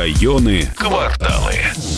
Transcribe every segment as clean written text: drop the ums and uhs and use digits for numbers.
Районы, кварталы.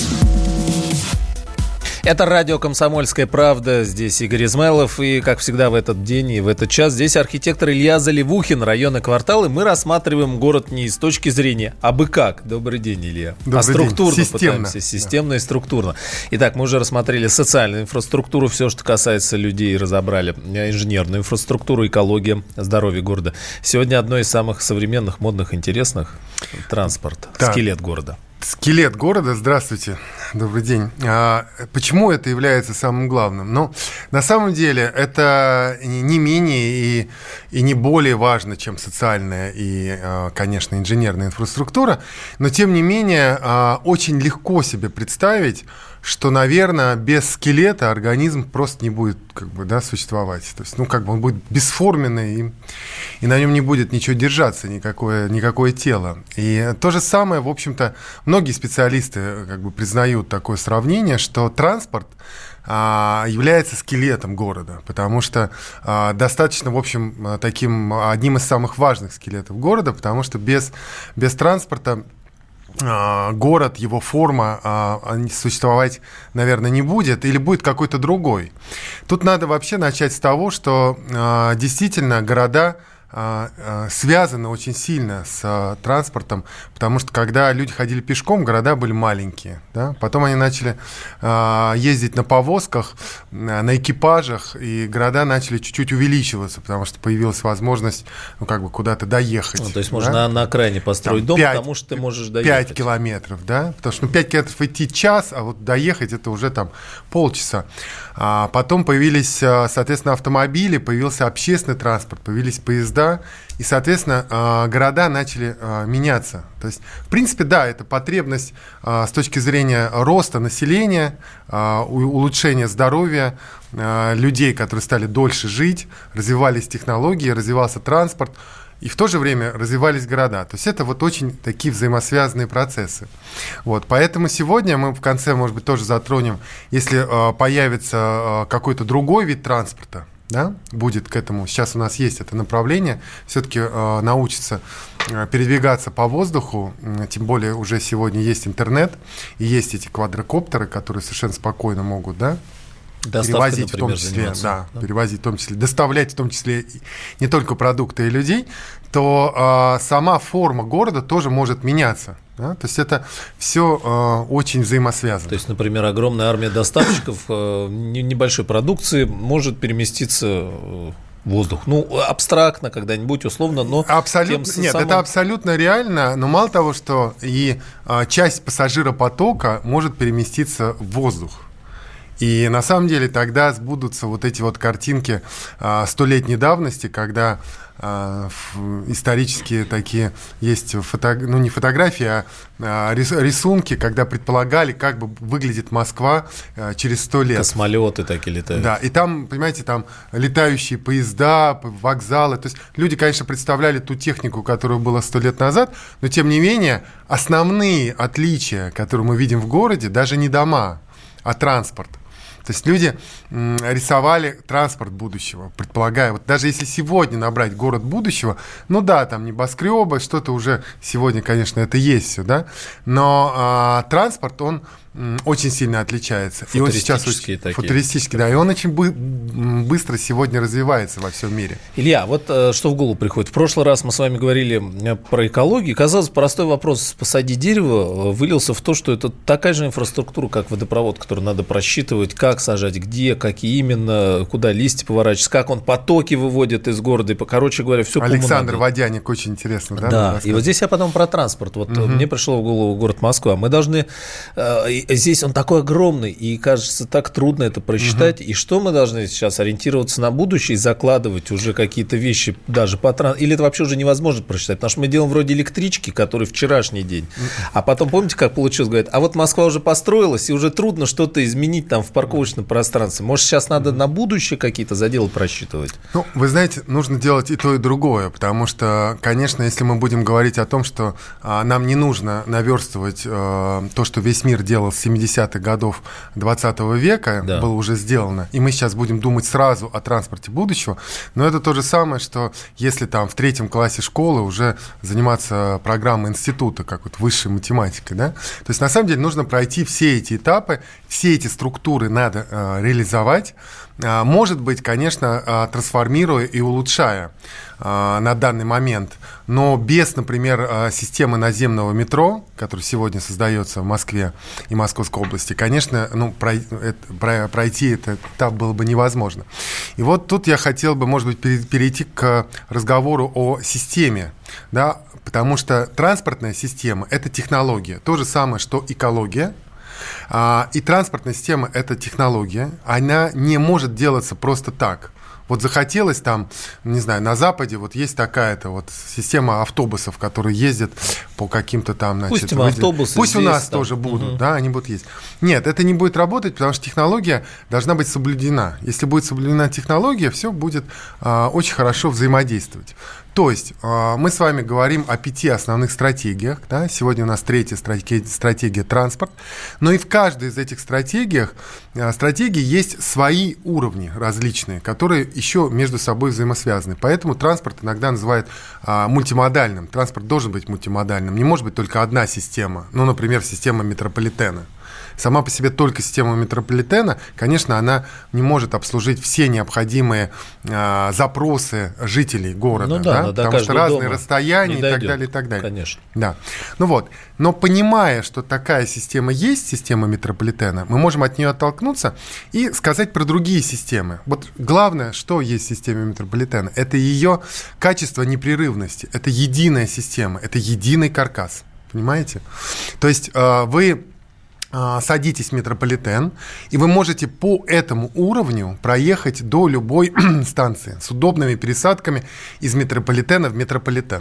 Это радио «Комсомольская правда». Здесь Игорь Измайлов. И, как всегда, в этот день и в этот час здесь архитектор Илья Заливухин, районы, кварталы. Мы рассматриваем город не с точки зрения абы как. Добрый день, Илья. Добрый структурно день. пытаемся. Системно и структурно. Итак, мы уже рассмотрели социальную инфраструктуру, все, что касается людей, разобрали. Инженерную инфраструктуру, экология, здоровье города. Сегодня одно из самых современных, модных, интересных – транспорт. Да. Скелет города. Скелет города, здравствуйте, добрый день. Почему это является самым главным? Ну, на самом деле, это не менее и не более важно, чем социальная и, конечно, инженерная инфраструктура, но, тем не менее, очень легко себе представить, что, наверное, без скелета организм просто не будет существовать. То есть, он будет бесформенный, и на нем не будет ничего держаться, никакое тело. И то же самое, в общем-то, многие специалисты признают такое сравнение, что транспорт является скелетом города, потому что достаточно, в общем, одним из самых важных скелетов города, потому что без транспорта город, его форма существовать, наверное, не будет, или будет какой-то другой. Тут надо вообще начать с того, что действительно города связаны очень сильно с транспортом, потому что когда люди ходили пешком, города были маленькие. Да? Потом они начали ездить на повозках, на экипажах, и города начали чуть-чуть увеличиваться, потому что появилась возможность куда-то доехать. То есть можно на окраине построить дом, потому что ты можешь доехать. 5 километров, да? Потому что 5 километров идти час, а вот доехать это уже полчаса. Потом появились, соответственно, автомобили, появился общественный транспорт, появились поезда, и, соответственно, города начали меняться. То есть, в принципе, да, это потребность с точки зрения роста населения, улучшения здоровья людей, которые стали дольше жить, развивались технологии, развивался транспорт, и в то же время развивались города. То есть это очень такие взаимосвязанные процессы. Поэтому сегодня мы в конце, может быть, тоже затронем, если появится какой-то другой вид транспорта, да, будет к этому. Сейчас у нас есть это направление, все-таки научиться передвигаться по воздуху, тем более уже сегодня есть интернет, и есть эти квадрокоптеры, которые совершенно спокойно могут, да, перевозить, например, в том числе, перевозить в том числе, доставлять в том числе не только продукты и людей, то сама форма города тоже может меняться. Да? То есть это все очень взаимосвязано. То есть, например, огромная армия доставщиков небольшой продукции может переместиться в воздух. Абстрактно когда-нибудь, условно, но... Это абсолютно реально, но мало того, что и часть пассажиропотока может переместиться в воздух. И на самом деле тогда сбудутся эти картинки 100-летней давности, когда исторические такие есть, не фотографии, а рисунки, когда предполагали, как бы выглядит Москва через 100 лет. Космолеты такие летают. Да, и там, понимаете, там летающие поезда, вокзалы. То есть люди, конечно, представляли ту технику, которая была 100 лет назад, но тем не менее основные отличия, которые мы видим в городе, даже не дома, а транспорт. То есть люди рисовали транспорт будущего, предполагая, даже если сегодня набрать город будущего, там небоскребы, что-то уже сегодня, конечно, это есть все, да, но транспорт, он очень сильно отличается. И он сейчас футуристический, да, и он очень быстро сегодня развивается во всем мире. Илья, что в голову приходит. В прошлый раз мы с вами говорили про экологию. Казалось, простой вопрос «посади дерево» вылился в то, что это такая же инфраструктура, как водопровод, который надо просчитывать, как сажать, где, какие именно, куда листья поворачивать, как он потоки выводит из города. И, короче говоря, все Александр Водяник, очень интересно, да? Да, и здесь я потом про транспорт. Мне пришло в голову город Москва. Мы должны... Здесь он такой огромный, и, кажется, так трудно это просчитать. И что мы должны сейчас ориентироваться на будущее и закладывать уже какие-то вещи даже по транспорту? Или это вообще уже невозможно просчитать? Потому что мы делаем вроде электрички, которые вчерашний день. А потом, помните, как получилось? Говорят, Москва уже построилась, и уже трудно что-то изменить там в парковочном пространстве. Может, сейчас надо на будущее какие-то заделы просчитывать? Вы знаете, нужно делать и то, и другое, потому что, конечно, если мы будем говорить о том, что нам не нужно наверстывать то, что весь мир делал с 70-х годов 20 века, было уже сделано, и мы сейчас будем думать сразу о транспорте будущего, но это то же самое, что если там в 3 классе школы уже заниматься программой института, как вот высшей математикой, да, то есть на самом деле нужно пройти все эти этапы, все эти структуры надо реализовать, может быть, конечно, трансформируя и улучшая на данный момент, но без, например, системы наземного метро, которая сегодня создается в Москве и Московской области, конечно, пройти этот этап было бы невозможно. И вот тут я хотел бы, может быть, перейти к разговору о системе, да, потому что транспортная система – это технология, то же самое, что экология. И транспортная система – это технология, она не может делаться просто так. Вот захотелось там, не знаю, на Западе вот есть такая-то вот система автобусов, которые ездят по каким-то там, значит, пусть здесь, у нас там тоже будут, да, они будут есть. Нет, это не будет работать, потому что технология должна быть соблюдена. Если будет соблюдена технология, все будет очень хорошо взаимодействовать. То есть мы с вами говорим о 5 основных стратегиях. Да? Сегодня у нас 3-я стратегия транспорт. Но и в каждой из этих стратегий есть свои уровни различные, которые еще между собой взаимосвязаны. Поэтому транспорт иногда называют мультимодальным. Транспорт должен быть мультимодальным. Не может быть только одна система. Ну, например, система метрополитена. Сама по себе только система метрополитена, конечно, она не может обслужить все необходимые запросы жителей города, потому что разные расстояния и так далее, и так далее. Конечно. Да. Ну вот. Но понимая, что такая система есть, система метрополитена, мы можем от нее оттолкнуться и сказать про другие системы. Вот главное, что есть в системе метрополитена, это ее качество непрерывности, это единая система, это единый каркас. Понимаете? То есть вы садитесь в метрополитен, и вы можете по этому уровню проехать до любой станции с удобными пересадками из метрополитена в метрополитен.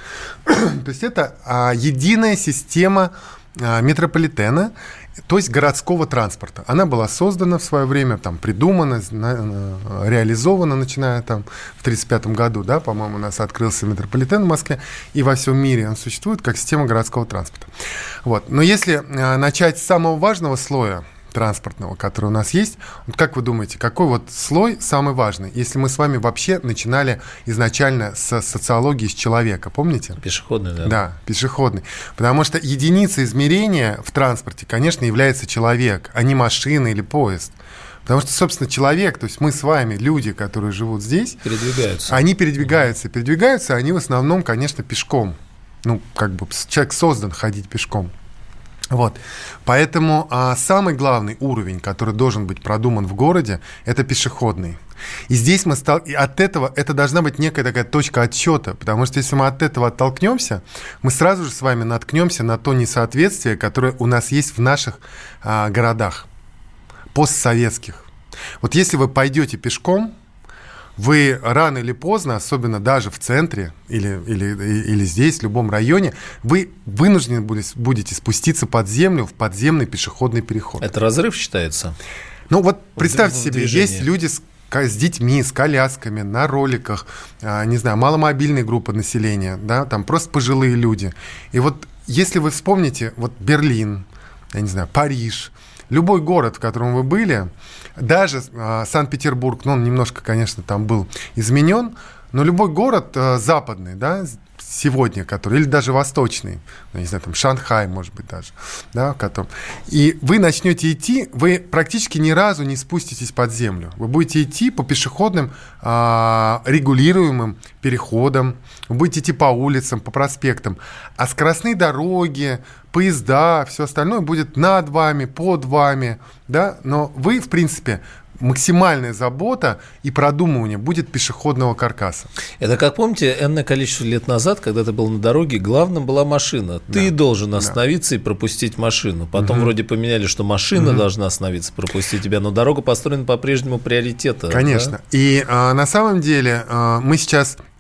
То есть это единая система метрополитена, то есть городского транспорта. Она была создана в свое время, там, придумана, реализована, начиная там, в 1935 году, да, по-моему, у нас открылся метрополитен в Москве, и во всем мире он существует как система городского транспорта. Вот. Но если начать с самого важного слоя транспортного, который у нас есть, вот как вы думаете, какой вот слой самый важный, если мы с вами вообще начинали изначально с социологии, с человека, помните? Пешеходный, да. Да, пешеходный. Потому что единицей измерения в транспорте, конечно, является человек, а не машина или поезд. Потому что, собственно, человек, то есть мы с вами, люди, которые живут здесь, они передвигаются, они в основном, конечно, пешком. Ну, как бы человек создан ходить пешком. Вот. Поэтому самый главный уровень, который должен быть продуман в городе, это пешеходный. И здесь и от этого это должна быть некая такая точка отсчета, потому что если мы от этого оттолкнемся, мы сразу же с вами наткнемся на то несоответствие, которое у нас есть в наших городах, постсоветских. Вот если вы пойдете пешком, вы рано или поздно, особенно даже в центре или здесь, в любом районе, вы вынуждены будете спуститься под землю в подземный пешеходный переход. Это разрыв считается? Ну вот представьте себе, есть люди с детьми, с колясками, на роликах, не знаю, маломобильные группы населения, да, там просто пожилые люди. И вот если вы вспомните, вот Берлин, я не знаю, Париж, любой город, в котором вы были, даже Санкт-Петербург, ну, он немножко, конечно, там был изменен, но любой город западный, да, сегодня, который, или даже восточный, ну, не знаю, там Шанхай, может быть, даже, да, в котором, и вы начнете идти, вы практически ни разу не спуститесь под землю. Вы будете идти по пешеходным регулируемым переходам, вы будете идти по улицам, по проспектам, а скоростные дороги, поезда, все остальное будет над вами, под вами, да, но вы, в принципе, максимальная забота и продумывание будет пешеходного каркаса. Это, как помните, энное количество лет назад, когда ты был на дороге, главным была машина. Ты должен остановиться и пропустить машину. Потом вроде поменяли, что машина должна остановиться, пропустить тебя, но дорога построена по-прежнему приоритета. Конечно. Да? И на самом деле мы сейчас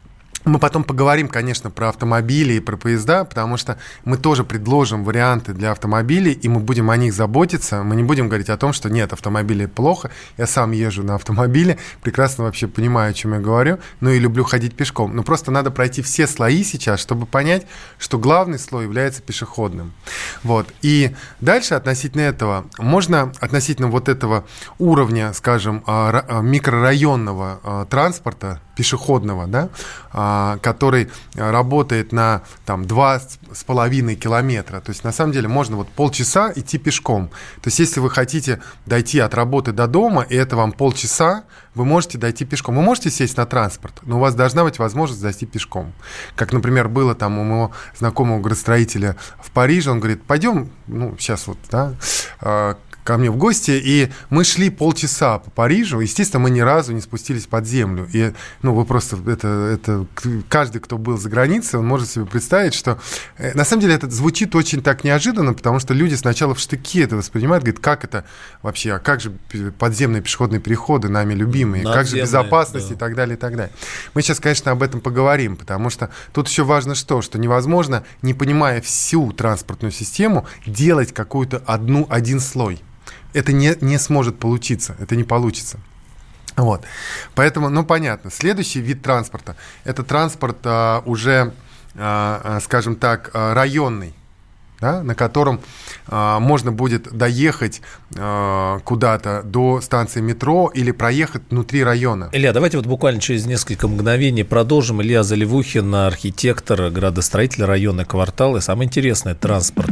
Мы потом поговорим, конечно, про автомобили и про поезда, потому что мы тоже предложим варианты для автомобилей, и мы будем о них заботиться. Мы не будем говорить о том, что нет, автомобили плохо. Я сам езжу на автомобиле, прекрасно вообще понимаю, о чем я говорю, но и люблю ходить пешком. Но просто надо пройти все слои сейчас, чтобы понять, что главный слой является пешеходным. Вот. И дальше относительно этого, можно относительно вот этого уровня, скажем, микрорайонного транспорта, пешеходного, да, который работает на там, 2,5 километра. То есть, на самом деле, можно вот полчаса идти пешком. То есть, если вы хотите дойти от работы до дома, и это вам полчаса, вы можете дойти пешком. Вы можете сесть на транспорт, но у вас должна быть возможность дойти пешком. Как, например, было там у моего знакомого градостроителя в Париже. Он говорит, пойдем, сейчас вот, да, ко мне в гости, и мы шли полчаса по Парижу. Естественно, мы ни разу не спустились под землю. И, вы просто, это каждый, кто был за границей, он может себе представить, что на самом деле это звучит очень так неожиданно, потому что люди сначала в штыки это воспринимают, говорят, как это вообще, а как же подземные пешеходные переходы, нами любимые, как же безопасность, да, и так далее, и так далее. Мы сейчас, конечно, об этом поговорим, потому что тут еще важно что невозможно, не понимая всю транспортную систему, делать какую-то один слой. Это не сможет получиться, это не получится. Вот. Поэтому, понятно. Следующий вид транспорта – это транспорт уже, скажем так, районный, да, на котором можно будет доехать куда-то до станции метро или проехать внутри района. Илья, давайте вот буквально через несколько мгновений продолжим. Илья Заливухин, архитектор, градостроитель, районный квартал. И самое интересное – транспорт.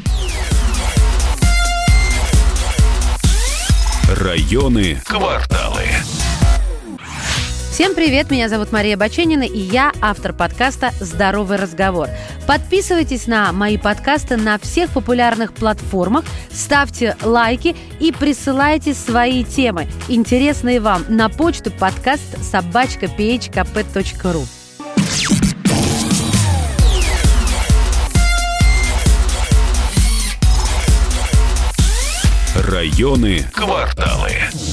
Районы, кварталы. Всем привет, меня зовут Мария Баченина, и я автор подкаста «Здоровый разговор». Подписывайтесь на мои подкасты на всех популярных платформах, ставьте лайки и присылайте свои темы, интересные вам, на почту podcast@phkp.ru. Районы, кварталы.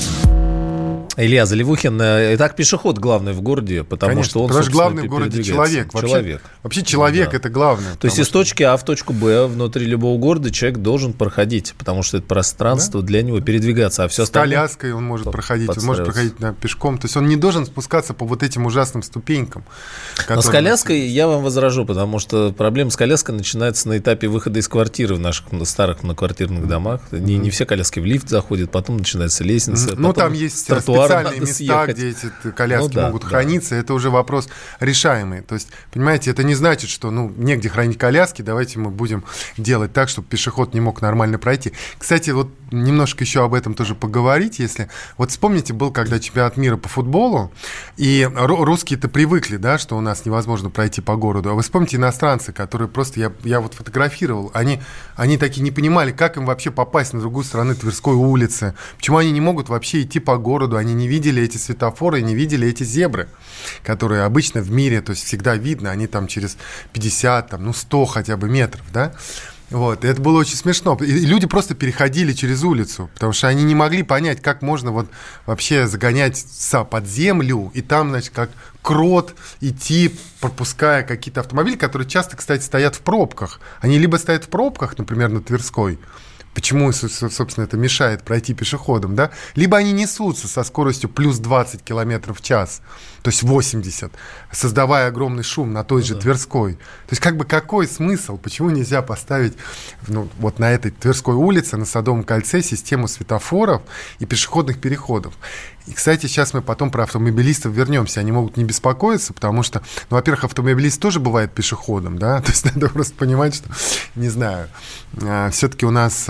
Илья Заливухин. Итак, пешеход главный в городе, потому что он, потому что главный в городе человек. Вообще человек, да, это главное. То есть из точки А в точку Б внутри любого города человек должен проходить, потому что это пространство, да, для него передвигаться. А все остальное... С коляской он может проходить, он может проходить пешком. То есть он не должен спускаться по вот этим ужасным ступенькам. Но с коляской я вам возражу, потому что проблема с коляской начинается на этапе выхода из квартиры в наших старых многоквартирных домах. Не все коляски в лифт заходят, потом начинается лестница. Там есть специальные места, где эти коляски могут храниться, это уже вопрос решаемый. То есть, понимаете, это не значит, что негде хранить коляски, давайте мы будем делать так, чтобы пешеход не мог нормально пройти. Кстати, вот немножко еще об этом тоже поговорить, если... Вот вспомните, был когда чемпионат мира по футболу, и русские-то привыкли, да, что у нас невозможно пройти по городу, а вы вспомните иностранцы, которые просто, я вот фотографировал, они такие не понимали, как им вообще попасть на другую сторону Тверской улицы, почему они не могут вообще идти по городу, они не видели эти светофоры, не видели эти зебры, которые обычно в мире, то есть всегда видно, они там через 50, 100 хотя бы метров, да. Вот, и это было очень смешно. И люди просто переходили через улицу, потому что они не могли понять, как можно вот вообще загонять под землю, и там, значит, как крот идти, пропуская какие-то автомобили, которые часто, кстати, стоят в пробках. Они либо стоят в пробках, например, на Тверской, почему, собственно, это мешает пройти пешеходам, да? Либо они несутся со скоростью плюс 20 км в час, то есть 80, создавая огромный шум на той же Тверской. То есть какой смысл? Почему нельзя поставить вот на этой Тверской улице, на Садовом кольце систему светофоров и пешеходных переходов? И, кстати, сейчас мы потом про автомобилистов вернемся. Они могут не беспокоиться, потому что, во-первых, автомобилист тоже бывает пешеходом, да, то есть надо просто понимать, что, не знаю, все-таки у нас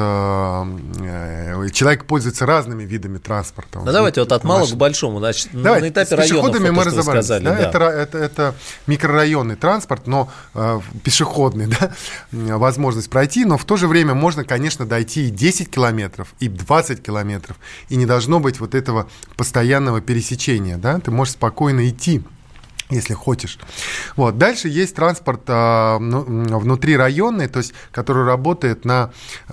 человек пользуется разными видами транспорта. Давайте вот от малого к большому, значит, на этапе районов. С пешеходами мы разобрались, да? Да. Это микрорайонный транспорт, но пешеходный, да, возможность пройти, но в то же время можно, конечно, дойти и 10 километров, и 20 километров, и не должно быть вот этого постоянного пересечения, да, ты можешь спокойно идти, если хочешь. Вот. Дальше есть транспорт внутрирайонный, то есть, который работает на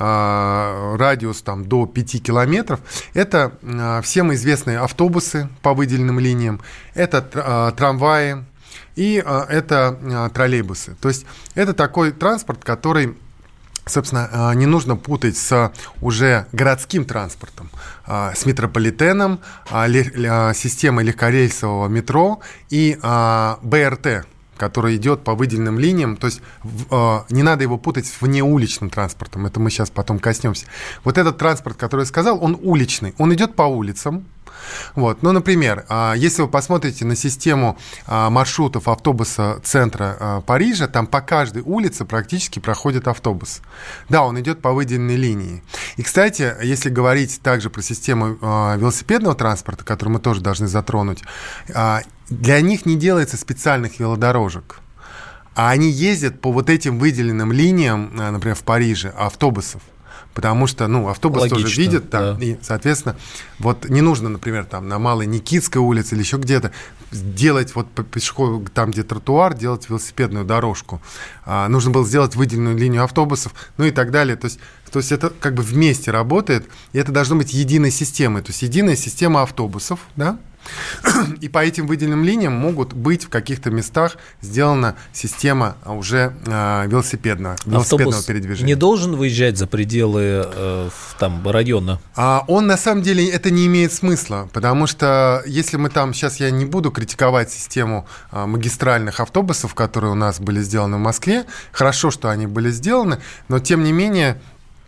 радиус до 5 километров. Это всем известные автобусы по выделенным линиям, это трамваи, и это троллейбусы. То есть это такой транспорт, который, собственно, не нужно путать с уже городским транспортом, с метрополитеном, системой легкорельсового метро и БРТ, который идет по выделенным линиям, то есть не надо его путать с внеуличным транспортом, это мы сейчас потом коснемся. Вот этот транспорт, который я сказал, он уличный, он идет по улицам. Вот. Ну, например, если вы посмотрите на систему маршрутов автобуса центра Парижа, там по каждой улице практически проходит автобус. Да, он идет по выделенной линии. И, кстати, если говорить также про систему велосипедного транспорта, которую мы тоже должны затронуть, для них не делается специальных велодорожек, а они ездят по вот этим выделенным линиям, например, в Париже, автобусов. Потому что, автобус логично, тоже видит, да. И, соответственно, вот не нужно, например, там на Малой Никитской улице или еще где-то делать вот по пешеходу, там, где тротуар, делать велосипедную дорожку. Нужно было сделать выделенную линию автобусов, и так далее. То есть это как бы вместе работает, и это должно быть единой системой. То есть единая система автобусов, да? И по этим выделенным линиям могут быть в каких-то местах сделана система уже велосипедного передвижения. Не должен выезжать за пределы района? Он на самом деле это не имеет смысла, потому что если мы там, сейчас я не буду критиковать систему магистральных автобусов, которые у нас были сделаны в Москве, хорошо, что они были сделаны, но тем не менее,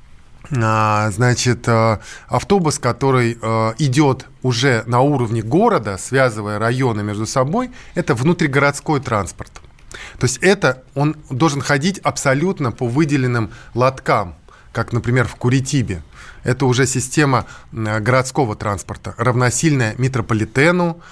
значит, автобус, который идет уже на уровне города, связывая районы между собой, это внутригородской транспорт. То есть он должен ходить абсолютно по выделенным лоткам, как, например, в Куритибе. Это уже система городского транспорта, равносильная метрополитену,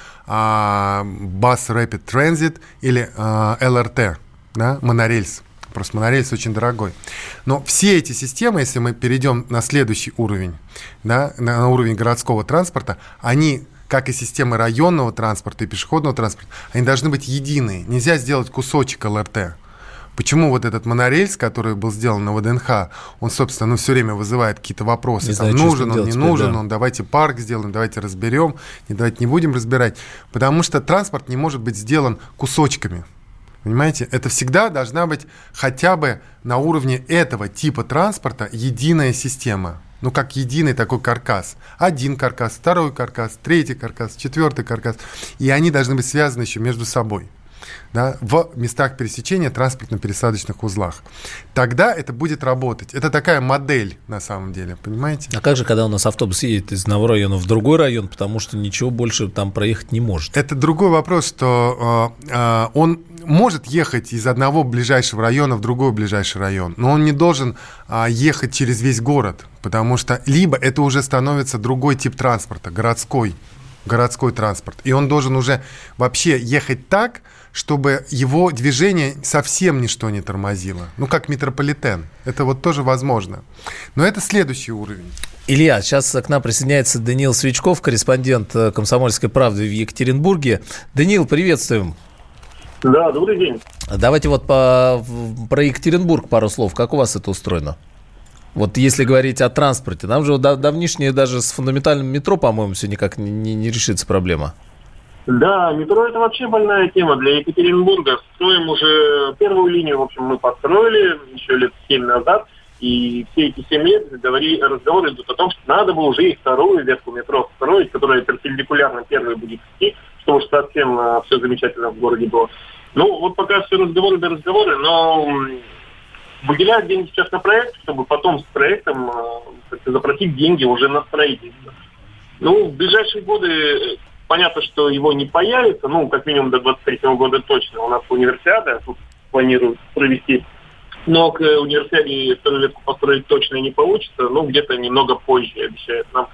Bus Rapid Transit или ЛРТ, да, монорельс. Просто монорельс очень дорогой. Но все эти системы, если мы перейдем на следующий уровень, да, на уровень городского транспорта, они, как и системы районного транспорта и пешеходного транспорта, они должны быть единые. Нельзя сделать кусочек ЛРТ. Почему вот этот монорельс, который был сделан на ВДНХ, он, собственно, все время вызывает какие-то вопросы. Там, нужен он, не нужен он, давайте парк сделаем, давайте разберем, давайте не будем разбирать. Потому что транспорт не может быть сделан кусочками. Понимаете, это всегда должна быть хотя бы на уровне этого типа транспорта единая система. Как единый такой каркас. Один каркас, второй каркас, третий каркас, четвертый каркас. И они должны быть связаны еще между собой. Да, в местах пересечения транспортно-пересадочных узлах. Тогда это будет работать. Это такая модель, на самом деле, понимаете? А как же, когда у нас автобус едет из одного района в другой район, потому что ничего больше там проехать не может? Это другой вопрос, что он может ехать из одного ближайшего района в другой ближайший район, но он не должен ехать через весь город, потому что либо это уже становится другой тип транспорта, городской транспорт, и он должен уже вообще ехать так, чтобы его движение совсем ничто не тормозило. Как метрополитен. Это вот тоже возможно. Но это следующий уровень. Илья, сейчас к нам присоединяется Даниил Свечков, корреспондент «Комсомольской правды» в Екатеринбурге. Даниил, приветствуем. Да, добрый день. Давайте вот про Екатеринбург пару слов. Как у вас это устроено? Вот если говорить о транспорте, нам же давнишнее даже с фундаментальным метро, по-моему, все никак не решится проблема. Да, метро — это вообще больная тема для Екатеринбурга. Строим уже первую линию, в общем, мы построили еще лет 7 назад. И все эти 7 лет разговоры идут о том, что надо бы уже и вторую ветку метро строить, которая перпендикулярно первой будет идти, чтобы уж совсем все замечательно в городе было. Вот пока все разговоры, но выделяют деньги сейчас на проект, чтобы потом с проектом запросить деньги уже на строительство. В ближайшие годы понятно, что его не появится, как минимум до 2023 года точно. У нас универсиада тут планируют провести. Но к универсиаде вторую ветку построить точно не получится, где-то немного позже, обещают нам.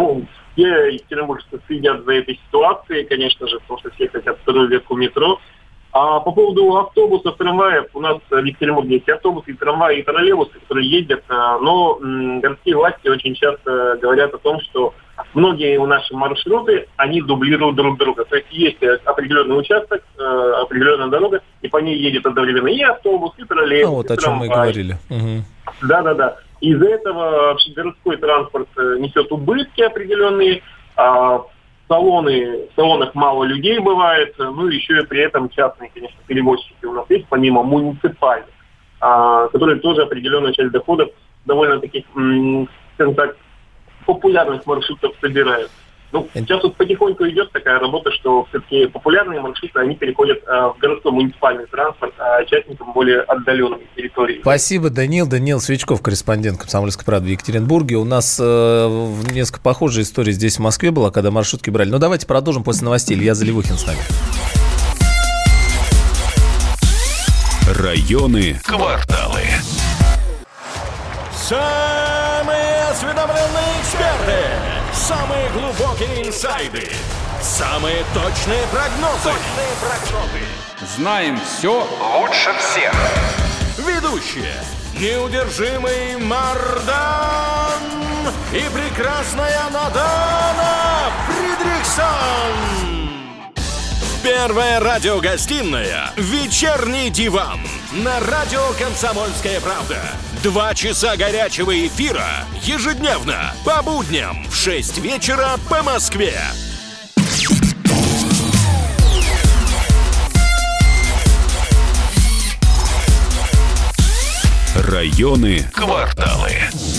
Все екатеринбуржцы следят за этой ситуацией, конечно же, потому что все хотят вторую ветку метро. А по поводу автобусов, трамваев, у нас в Екатеринбурге есть автобусы, и трамваи, и троллейбусы, которые ездят, но городские власти очень часто говорят о том, что многие наши маршруты, они дублируют друг друга. То есть определенный участок, определенная дорога, и по ней едет одновременно и автобус, и троллейбус, вот о чем мы и говорили. Угу. Да. Из-за этого общегородской транспорт несет убытки определенные, в салонах мало людей бывает, ну и еще и при этом частные, конечно, перевозчики у нас есть, помимо муниципальных, которые тоже определенную часть доходов довольно таких, скажем так, популярных маршрутов собирают. Ну, сейчас вот потихоньку идет такая работа, что все-таки популярные маршруты, они переходят в городской муниципальный транспорт, а частникам более отдаленные территории. Спасибо, Данил. Данил Свечков, корреспондент «Комсомольской правды» в Екатеринбурге. У нас несколько похожая история здесь в Москве была, когда маршрутки брали. Но давайте продолжим после новостей. Илья Заливухин с нами. Районы, кварталы. Самые осведомленные эксперты, самые глубокие инсайды, самые точные прогнозы. Знаем все лучше всех. Ведущие: неудержимый Мардан и прекрасная Надана Фридрихсон. Первая радиогостинная «Вечерний диван» на радио «Комсомольская правда». 2 часа горячего эфира ежедневно по будням в 6 вечера по Москве. Районы, кварталы.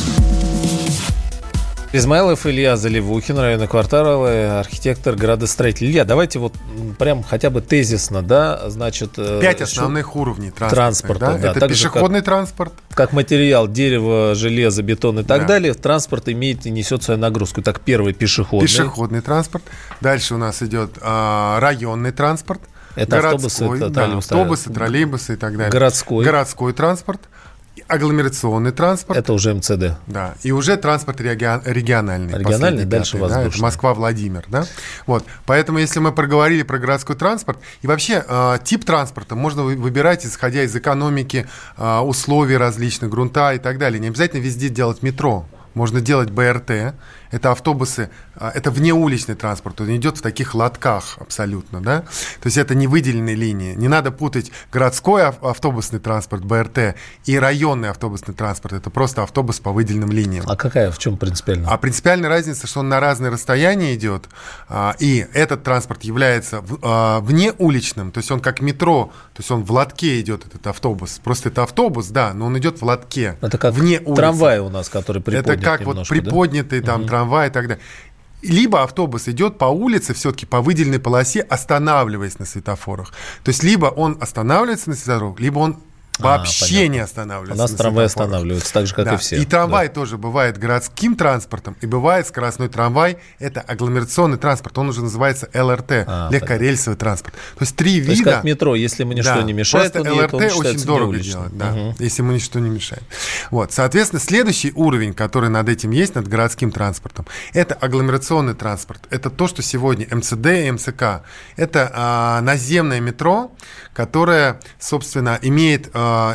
Измайлов Илья Заливухин, районный квартал, архитектор, градостроитель. Илья, давайте вот прям хотя бы тезисно, да, значит... 5 основных уровней транспорта. Да? Это пешеходный транспорт. Как материал, дерево, железо, бетон и так далее, транспорт имеет и несет свою нагрузку. Так, первый пешеходный. Пешеходный транспорт. Дальше у нас идет районный транспорт. Это городской, автобусы, троллейбусы и так далее. Городской транспорт. Агломерационный транспорт. Это уже МЦД. Да. И уже транспорт региональный. Региональный, дальше воздушный. Да, это Москва-Владимир. Да? Вот. Поэтому, если мы проговорили про городской транспорт, и вообще тип транспорта можно выбирать, исходя из экономики, условий различных, грунта и так далее. Не обязательно везде делать метро. Можно делать БРТ, это автобусы, это внеуличный транспорт, он идет в таких лотках абсолютно, да, то есть это не выделенные линии, не надо путать городской автобусный транспорт, БРТ, и районный автобусный транспорт, это просто автобус по выделенным линиям. А в чем принципиальная? А принципиальная разница, что он на разные расстояния идет, и этот транспорт является внеуличным, то есть он как метро, то есть он в лотке идет, этот автобус, просто это автобус, да, но он идет в лотке, это как вне улицы. Трамвай у нас, который приподнят. Это как немножко, вот приподнятый там трамвай и так далее. Либо автобус идет по улице, все-таки по выделенной полосе, останавливаясь на светофорах. То есть либо он останавливается на светофорах, либо он вообще не останавливается. У нас трамвай останавливается, так же, как и все. И трамвай тоже бывает городским транспортом, и бывает скоростной трамвай. Это агломерационный транспорт, он уже называется ЛРТ, легкорельсовый транспорт. То есть 3 вида. То есть как метро, если ему ничто не мешает. Просто ЛРТ очень дорого делать, если ему ничто не мешает. Вот, соответственно, следующий уровень, который над этим есть, над городским транспортом, это агломерационный транспорт. Это то, что сегодня МЦД и МЦК. Это наземное метро, которое, собственно, имеет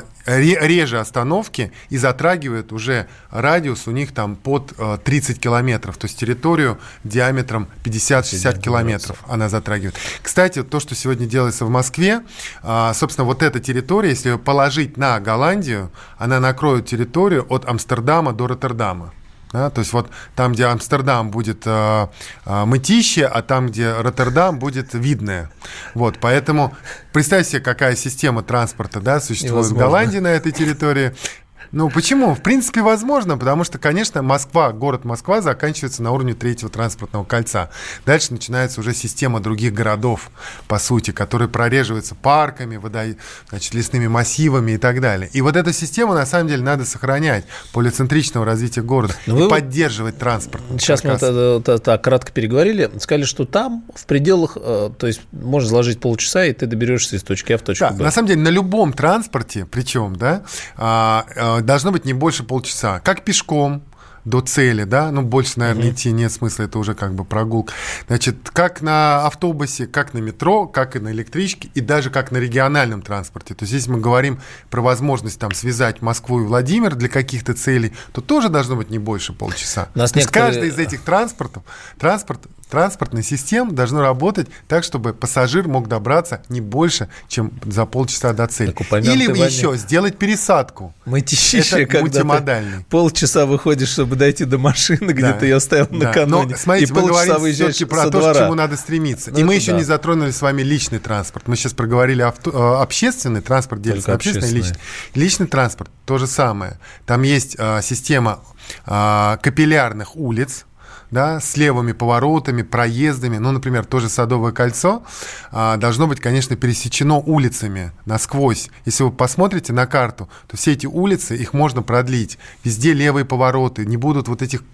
реже остановки и затрагивает уже радиус у них там под 30 километров, то есть территорию диаметром 50-60 километров она затрагивает. Кстати, то, что сегодня делается в Москве, собственно, вот эта территория, если ее положить на Голландию, она накроет территорию от Амстердама до Роттердама. Да, то есть вот там, где Амстердам будет мытище, а там, где Роттердам будет видное. Вот, поэтому представьте себе, какая система транспорта, да, существует в Голландии на этой территории. Ну, почему? В принципе, возможно, потому что, конечно, город Москва заканчивается на уровне 3-го транспортного кольца. Дальше начинается уже система других городов, по сути, которые прореживаются парками, лесными массивами и так далее. И вот эту систему, на самом деле, надо сохранять, полицентричного развития города, и поддерживать транспорт. Сейчас мы так кратко переговорили, сказали, что там в пределах, то есть можно заложить полчаса, и ты доберешься из точки А в точку Б. На самом деле, на любом транспорте, причем, да, должно быть не больше полчаса. Как пешком до цели, да, ну, больше, наверное, идти нет смысла, это уже как бы прогулка. Значит, как на автобусе, как на метро, как и на электричке, и даже как на региональном транспорте. То есть, если мы говорим про возможность там связать Москву и Владимир для каких-то целей, то тоже должно быть не больше полчаса. То есть, каждый из этих транспортов транспортных систем должно работать так, чтобы пассажир мог добраться не больше, чем за полчаса до цели. Или еще сделать пересадку. Мытищище, когда ты полчаса выходишь, чтобы дойти до машины, где ты ее оставил накануне. Но, смотрите, мы говорим все-таки про то, к чему надо стремиться. И мы еще не затронули с вами личный транспорт. Мы сейчас проговорили общественный транспорт, делится на общественный и личный. Личный транспорт то же самое. Там есть система капиллярных улиц, да, с левыми поворотами, проездами. Ну, например, тоже Садовое кольцо должно быть, конечно, пересечено улицами насквозь. Если вы посмотрите на карту, то все эти улицы, их можно продлить. Везде левые повороты, не будут вот этих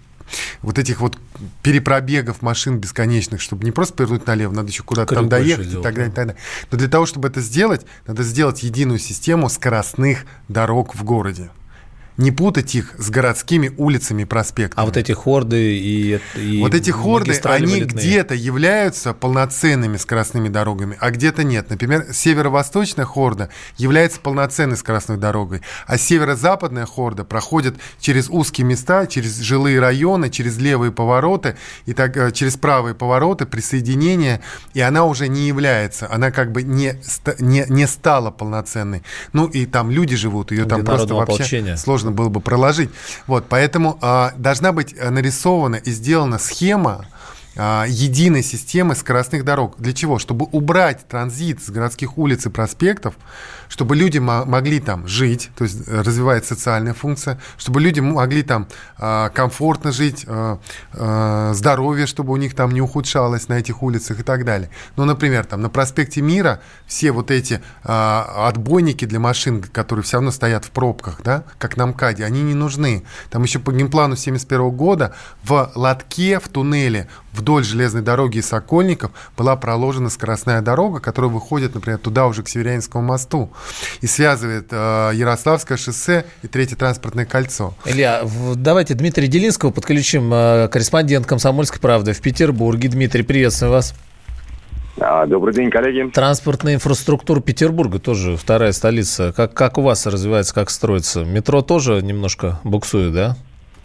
перепробегов машин бесконечных, чтобы не просто повернуть налево, надо еще куда-то там доехать и так далее, и так далее. Но для того, чтобы это сделать, надо сделать единую систему скоростных дорог в городе. Не путать их с городскими улицами и проспектами. А вот эти хорды и вот эти хорды, они где-то являются полноценными скоростными дорогами, а где-то нет. Например, северо-восточная хорда является полноценной скоростной дорогой, а северо-западная хорда проходит через узкие места, через жилые районы, через левые повороты, и так, через правые повороты, присоединения, и она уже не является, она как бы не стала полноценной. Ну и там люди живут, ее там просто вообще сложно было бы проложить. Вот, поэтому должна быть нарисована и сделана схема единой системы скоростных дорог. Для чего? Чтобы убрать транзит с городских улиц и проспектов, чтобы люди могли там жить, то есть развивается социальная функция, чтобы люди могли там комфортно жить, здоровье, чтобы у них там не ухудшалось на этих улицах и так далее. Ну, например, там на проспекте Мира все вот эти отбойники для машин, которые все равно стоят в пробках, да, как на МКАДе, они не нужны. Там еще по генплану 1971 года в лотке, в туннеле вдоль железной дороги из Сокольников была проложена скоростная дорога, которая выходит, например, туда уже к Северянинскому мосту и связывает Ярославское шоссе и Третье транспортное кольцо. Илья, давайте Дмитрия Делинского подключим, корреспондент «Комсомольской правды» в Петербурге. Дмитрий, приветствую вас. Добрый день, коллеги. Транспортная инфраструктура Петербурга тоже вторая столица. Как у вас развивается, как строится? Метро тоже немножко буксует, да?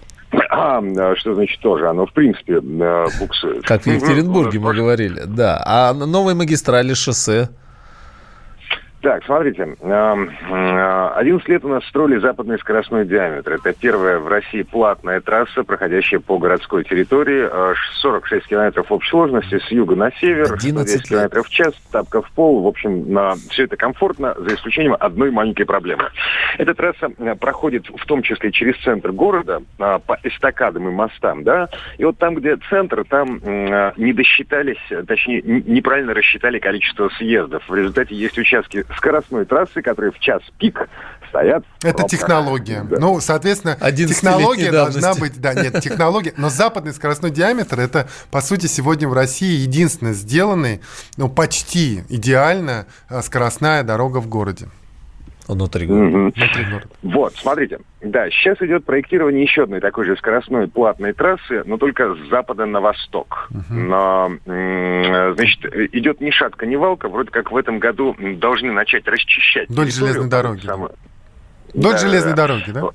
Что значит тоже? Оно, в принципе, буксует. Как в Екатеринбурге мы говорили, да. А новые магистрали, шоссе? Так, смотрите, 11 лет у нас строили западный скоростной диаметр. Это первая в России платная трасса, проходящая по городской территории. 46 километров общей сложности с юга на север, 10 километров в час, тапка в пол. В общем, все это комфортно, за исключением одной маленькой проблемы. Эта трасса проходит в том числе через центр города, по эстакадам и мостам, да. И вот там, где центр, там не досчитались, точнее, неправильно рассчитали количество съездов. В результате есть участки скоростной трассы, которые в час пик стоят. Это технология. Да. Ну, соответственно, технология должна быть... Да, нет, технология. Но западный скоростной диаметр, это, по сути, сегодня в России единственная сделанная, ну, почти идеально скоростная дорога в городе. Внутри города. Вот, смотрите. Да, сейчас идет проектирование еще одной такой же скоростной платной трассы, но только с запада на восток. Но, значит, идет ни шатка, ни валка. Вроде как в этом году должны начать расчищать. Вдоль железной дороги. Вдоль железной дороги, да?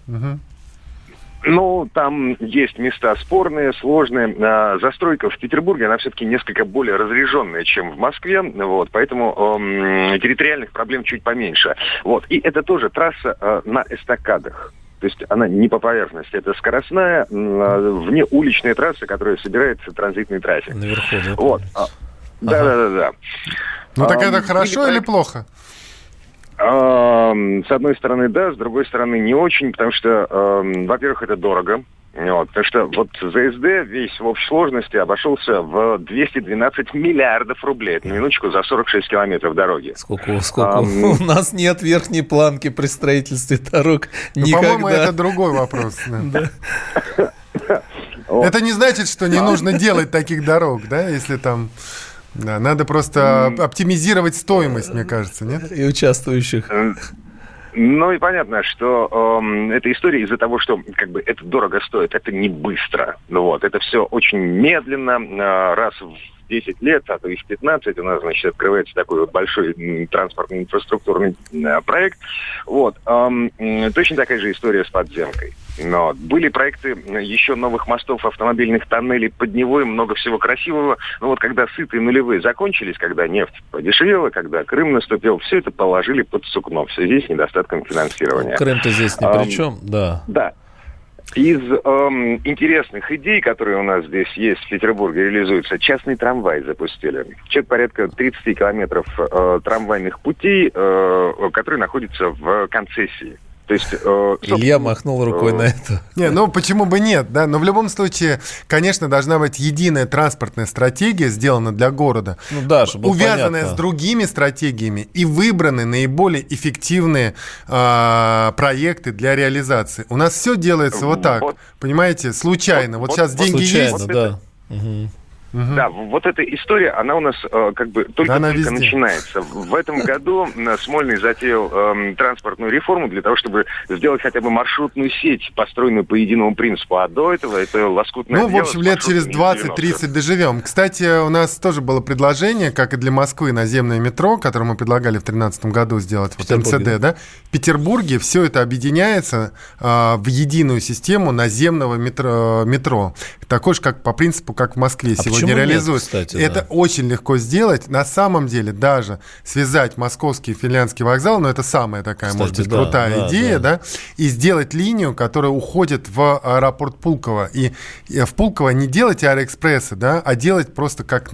Ну, там есть места спорные, сложные. Застройка в Петербурге, она все-таки несколько более разреженная, чем в Москве. Вот, поэтому территориальных проблем чуть поменьше. Вот, и это тоже трасса на эстакадах. То есть она не по поверхности. Это скоростная, внеуличная трасса, которая собирается в транзитной трассе. Наверху, да? Вот. Да. Ну, так это хорошо или плохо? С одной стороны, да, с другой стороны, не очень, потому что, во-первых, это дорого. Вот, потому что вот ЗСД весь в общей сложности обошелся в 212 миллиардов рублей. Это, на минуточку, за 46 километров дороги. Сколько? У нас нет верхней планки при строительстве дорог никогда. По-моему, это другой вопрос. Это не значит, что не нужно делать таких дорог, да, если там... Да, надо просто оптимизировать стоимость, мне кажется, нет? И участвующих. Ну и понятно, что эта история из-за того, что как бы это дорого стоит, это не быстро. Вот, это все очень медленно, раз в 10 лет, а то и в 15 у нас, значит, открывается такой вот большой транспортный инфраструктурный проект. Вот, точно такая же история с подземкой. Но были проекты еще новых мостов, автомобильных тоннелей под Невой, много всего красивого. Но вот когда сытые нулевые закончились, когда нефть подешевела, когда Крым наступил, все это положили под сукно в связи с недостатком финансирования. Крым-то здесь ни при чем, да. Да. Из интересных идей, которые у нас здесь есть в Петербурге, реализуются, частный трамвай запустили. Что-то порядка 30 километров трамвайных путей, которые находятся в концессии. То есть, Илья махнул рукой на это. Не, ну почему бы нет, да? Но в любом случае, конечно, должна быть единая транспортная стратегия, сделана для города, ну, да, чтобы увязанная понятно. с другими стратегиями и выбраны наиболее эффективные проекты для реализации. У нас все делается вот так, понимаете, случайно. Вот сейчас деньги случайно, есть. Да. Да, вот эта история, она у нас как бы только начинается. В этом году Смольный затеял транспортную реформу для того, чтобы сделать хотя бы маршрутную сеть, построенную по единому принципу. А до этого это лоскутное дело. Ну, в общем, лет через 20-30 доживем. Кстати, у нас тоже было предложение, как и для Москвы, наземное метро, которое мы предлагали в 2013 году сделать, вот МЦД, да? В Петербурге все это объединяется в единую систему наземного метро. Такой же, как по принципу, как в Москве сегодня реализуют. Кстати, это да. очень легко сделать. На самом деле даже связать московский и финляндский вокзал, ну это самая такая, кстати, может быть, крутая идея, да, и сделать линию, которая уходит в аэропорт Пулково. И в Пулково не делать аэроэкспрессы, да, а делать просто как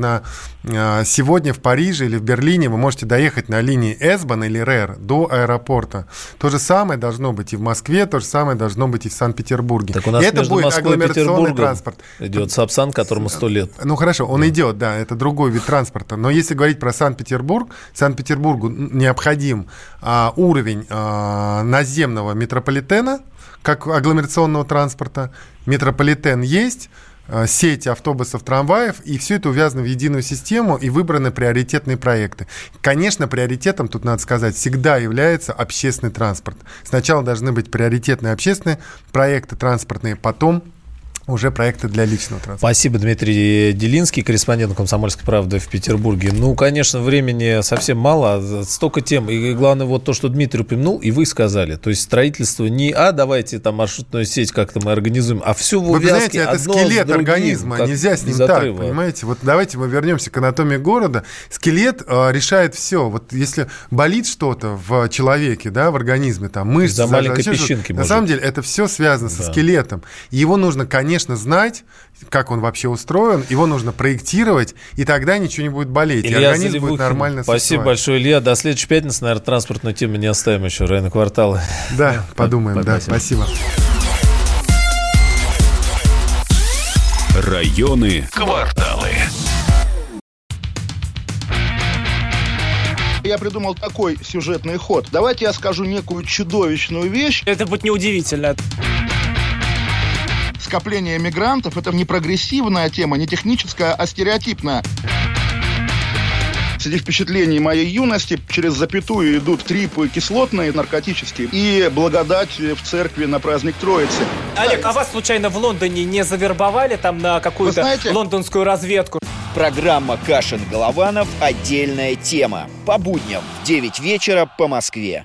сегодня в Париже или в Берлине вы можете доехать на линии S-Bahn или РЭР до аэропорта. То же самое должно быть и в Москве, то же самое должно быть и в Санкт-Петербурге. Так у нас это между будет Москвой и агломерационный транспорт. Идет Сапсан, которому 100 лет. Ну хорошо, он идет, да, это другой вид транспорта. Но если говорить про Санкт-Петербург, Санкт-Петербургу необходим уровень наземного метрополитена, как агломерационного транспорта. Метрополитен есть, сеть автобусов, трамваев, и все это увязано в единую систему, и выбраны приоритетные проекты. Конечно, приоритетом, тут надо сказать, всегда является общественный транспорт. Сначала должны быть приоритетные общественные проекты транспортные, потом уже проекты для личного транспорта. Спасибо, Дмитрий Делинский, корреспондент «Комсомольской правды» в Петербурге. Ну, конечно, времени совсем мало, столько тем. И главное, вот то, что Дмитрий упомянул, и вы сказали. То есть строительство не давайте там маршрутную сеть как-то мы организуем, а все в увязке. Вы знаете, это скелет организма, нельзя с ним так, понимаете? Вот давайте мы вернемся к анатомии города. Скелет решает все. Вот если болит что-то в человеке, да, в организме, там мышцы, за маленькой песчинки, на самом деле это все связано со скелетом. И его нужно, конечно, знать, как он вообще устроен, его нужно проектировать, и тогда ничего не будет болеть, Илья и организм Заливухин, будет нормально существовать. Спасибо большое, Илья. До следующей пятницы, наверное, транспортную тему не оставим еще, районные кварталы. Да, подумаем, да, спасибо. Районы, кварталы. Я придумал такой сюжетный ход. Давайте я скажу некую чудовищную вещь. Это будет неудивительно. Скопление мигрантов – это не прогрессивная тема, не техническая, а стереотипная. Среди впечатлений моей юности через запятую идут трипы кислотные, наркотические, и благодать в церкви на праздник Троицы. Олег, а вас случайно в Лондоне не завербовали там на какую-то лондонскую разведку? Программа «Кашин-Голованов. Отдельная тема». По будням в 9 вечера по Москве.